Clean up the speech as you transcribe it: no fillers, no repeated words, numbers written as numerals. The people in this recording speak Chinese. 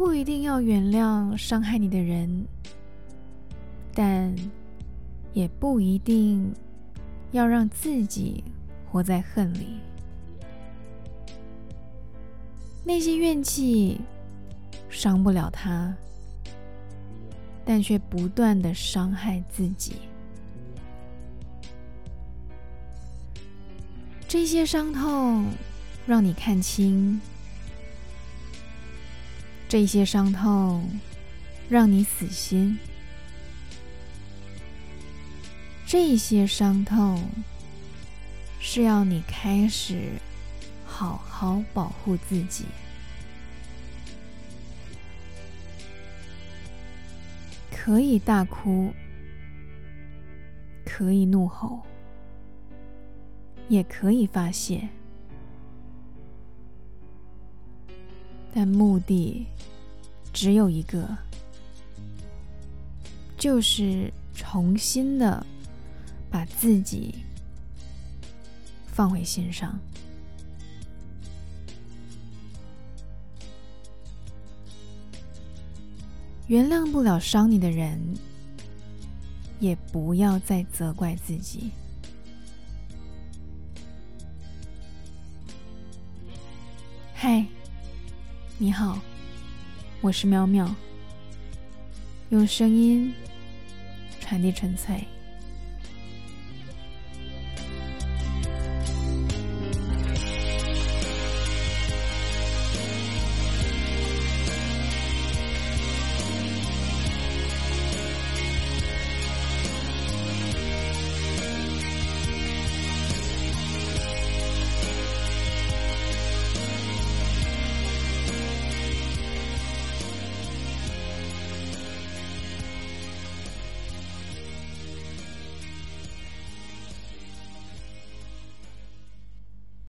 不一定要原谅伤害你的人，但也不一定要让自己活在恨里。那些怨气伤不了他，但却不断地伤害自己。这些伤痛让你看清，这些伤痛让你死心，这些伤痛是要你开始好好保护自己。可以大哭，可以怒吼，也可以发泄，但目的只有一个，就是重新的把自己放回心上。原谅不了伤你的人，也不要再责怪自己。嗨，你好，我是喵喵，用声音传递纯粹。